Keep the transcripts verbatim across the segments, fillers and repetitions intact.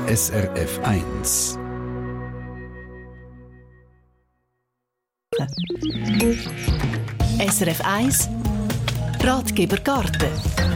S R F eins. S R F eins Ratgeber Garten.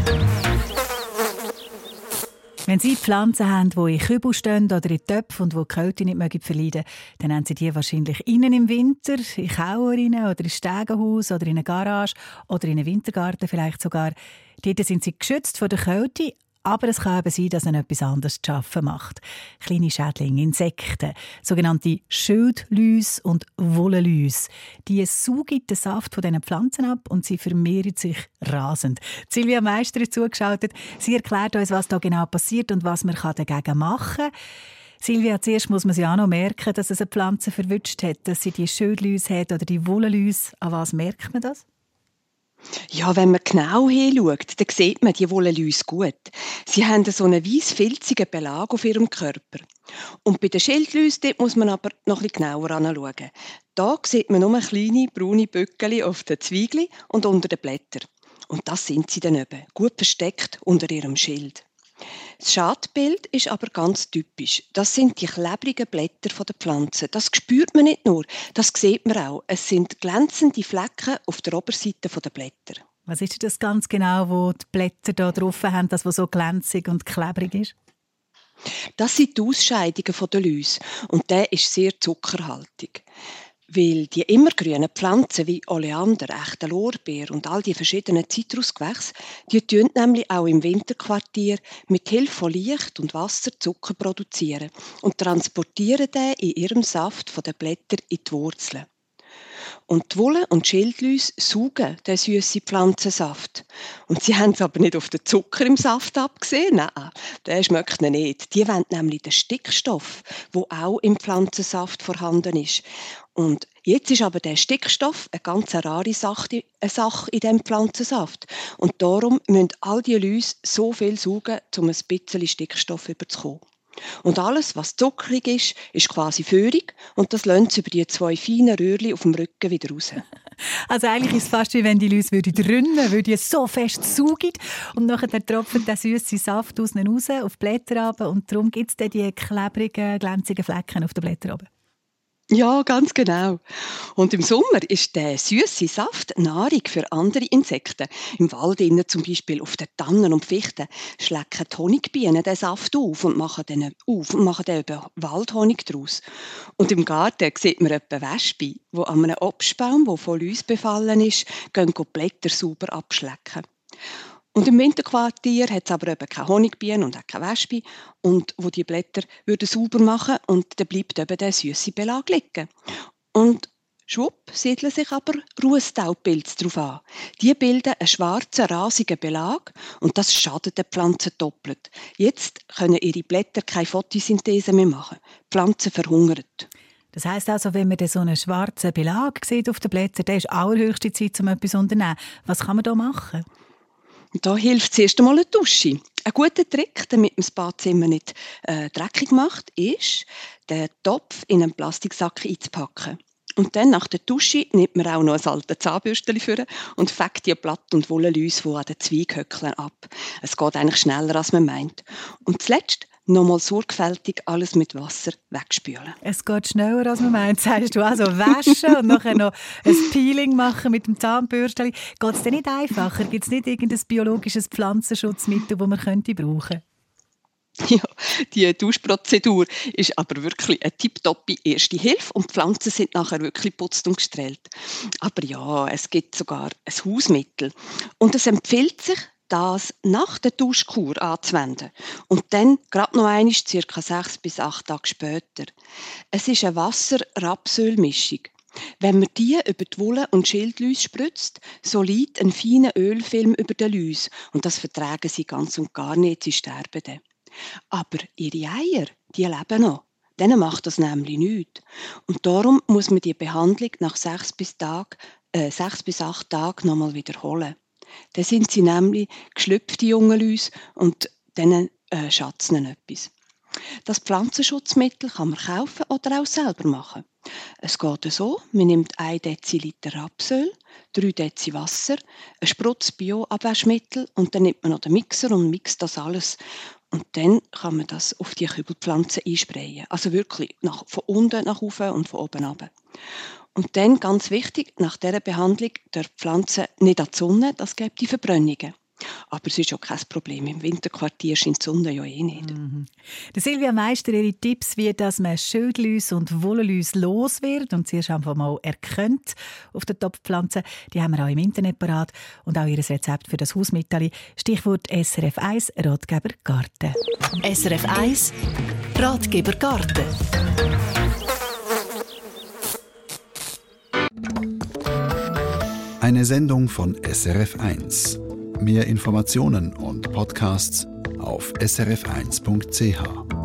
Wenn Sie Pflanzen haben, die in Kübel stehen oder in Töpfen und die die Kälte nicht mögen verleiden, dann haben Sie die wahrscheinlich innen im Winter, in Kauer oder in Stegenhaus oder in einer Garage oder in einem Wintergarten vielleicht sogar. Dort sind sie geschützt vor der Kälte, aber es kann eben sein, dass ihnen etwas anderes zu schaffen macht. Kleine Schädlinge, Insekten, sogenannte Schildläuse und Wollenläuse. Die saugen den Saft von diesen Pflanzen ab und sie vermehren sich rasend. Silvia Meister hat zugeschaltet. Sie erklärt uns, was da genau passiert und was man dagegen machen kann. Silvia, zuerst muss man sich auch noch merken, dass es eine Pflanze verwünscht hat, dass sie die Schildläuse hat oder die Wollenläuse. An was merkt man das? Ja, wenn man genau hinschaut, dann sieht man die Wollenläuse gut. Sie haben so einen weiss-filzigen Belag auf ihrem Körper. Und bei den Schildläusen dort muss man aber noch etwas genauer anschauen. Da sieht man nur kleine braune Böckchen auf den Zweigeln und unter den Blättern. Und das sind sie dann eben, gut versteckt unter ihrem Schild. Das Schadbild ist aber ganz typisch. Das sind die klebrigen Blätter der Pflanze. Das spürt man nicht nur, das sieht man auch. Es sind glänzende Flecken auf der Oberseite der Blätter. Was ist das ganz genau, wo die Blätter da drauf haben, das, was so glänzig und klebrig ist? Das sind die Ausscheidungen der Läuse und der ist sehr zuckerhaltig. Weil die immergrünen Pflanzen wie Oleander, echter Lorbeer und all die verschiedenen Zitrusgewächse, die tun nämlich auch im Winterquartier mit Hilfe von Licht und Wasser Zucker produzieren und transportieren den in ihrem Saft von den Blättern in die Wurzeln. Und die Wollen- und Schildläuse saugen den süssen Pflanzensaft. Und sie haben es aber nicht auf den Zucker im Saft abgesehen. Nein, den schmeckt ihnen nicht. Die wollen nämlich den Stickstoff, der auch im Pflanzensaft vorhanden ist. Und jetzt ist aber der Stickstoff eine ganz rare Sache, eine Sache in diesem Pflanzensaft. Und darum müssen all die Läuse so viel saugen, um ein bisschen Stickstoff überzukommen. Und alles, was zuckrig ist, ist quasi feurig und das lönt über die zwei feinen Röhrchen auf dem Rücken wieder raus. Also eigentlich ist es fast wie wenn die Läuse drinnen, weil die so fest saugen und nachher tropft der süße Saft aus ihnen raus auf die Blätter runter und darum gibt es dann die klebrigen, glänzigen Flecken auf den Blättern runter. Ja, ganz genau. Und im Sommer ist der süße Saft Nahrung für andere Insekten. Im Wald innen zum Beispiel auf den Tannen und Fichten schlecken die Honigbienen den Saft auf und machen den auf und machen den über Waldhonig daraus. Und im Garten sieht man etwa Wespen, die an einem Obstbaum, der von Läuse befallen ist, gehen die Blätter sauber abschlecken. Und im Winterquartier hat es aber eben keine Honigbienen und auch keine Wespen, und wo die Blätter würden sauber machen und dann bleibt eben der süße Belag liegen. Und schwupp siedeln sich aber Rußtaubpilze darauf an. Die bilden einen schwarzen, rasigen Belag und das schadet den Pflanzen doppelt. Jetzt können ihre Blätter keine Photosynthese mehr machen. Die Pflanzen verhungern. Das heisst also, wenn man so einen schwarzen Belag sieht auf den Blättern, dann ist allerhöchste Zeit, um etwas zu unternehmen. Was kann man da machen? Und da hilft zuerst einmal eine Dusche. Ein guter Trick, damit man das Badzimmer nicht äh, dreckig macht, ist, den Topf in einen Plastiksack einzupacken. Und dann nach der Dusche nimmt man auch noch ein altes Zahnbürstchen vor und fegt die Blatt- und Wollenläuse, die an den Zweighöckeln ab. Es geht eigentlich schneller, als man meint. Und zuletzt nochmal sorgfältig alles mit Wasser wegspülen. Es geht schneller, als man meint. Sagst du also waschen und nachher noch ein Peeling machen mit dem Zahnbürstchen. Geht es denn nicht einfacher? Gibt es nicht irgendein biologisches Pflanzenschutzmittel, das man könnte brauchen? Ja, die Duschprozedur ist aber wirklich eine tipptoppe erste Hilfe und die Pflanzen sind nachher wirklich geputzt und gestrahlt. Aber ja, es gibt sogar ein Hausmittel. Und es empfiehlt sich, das nach der Duschkur anzuwenden. Und dann gerade noch einmal circa sechs bis acht Tage später. Es ist eine Wasser-Rapsöl-Mischung. Wenn man die über die Wollen- und Schildläuse spritzt, so liegt ein feiner Ölfilm über den Läuse. Und das vertragen sie ganz und gar nicht, sie sterben dann. Aber ihre Eier, die leben noch. Denen macht das nämlich nichts. Und darum muss man die Behandlung nach sechs bis, Tag, äh, sechs bis acht Tagen nochmal wiederholen. Dann sind sie nämlich geschlüpfte junge Läuse und denen äh, schadet ihnen etwas. Das Pflanzenschutzmittel kann man kaufen oder auch selber machen. Es geht so, man nimmt ein Deziliter Rapsöl, drei Dezi Wasser, ein Sprutz Bio-Abwaschmittel und dann nimmt man noch den Mixer und mixt das alles. Und dann kann man das auf die Kübelpflanzen einsprayen. Also wirklich nach, von unten nach oben und von oben runter. Und dann, ganz wichtig, nach dieser Behandlung der Pflanze nicht an die Sonne, das gibt die Verbrennungen. Aber es ist auch kein Problem. Im Winterquartier scheint die Sonne ja eh nicht. Mhm. Der Silvia Meister, ihre Tipps, wie dass man Schildläuse und Wollläuse los wird und zuerst einfach mal erkennt auf den Topfpflanzen, die haben wir auch im Internet parat. Und auch ihr Rezept für das Hausmittel. Stichwort S R F eins Ratgeber Garten. S R F eins Ratgeber Garten. Eine Sendung von S R F eins. Mehr Informationen und Podcasts auf s r f eins punkt c h.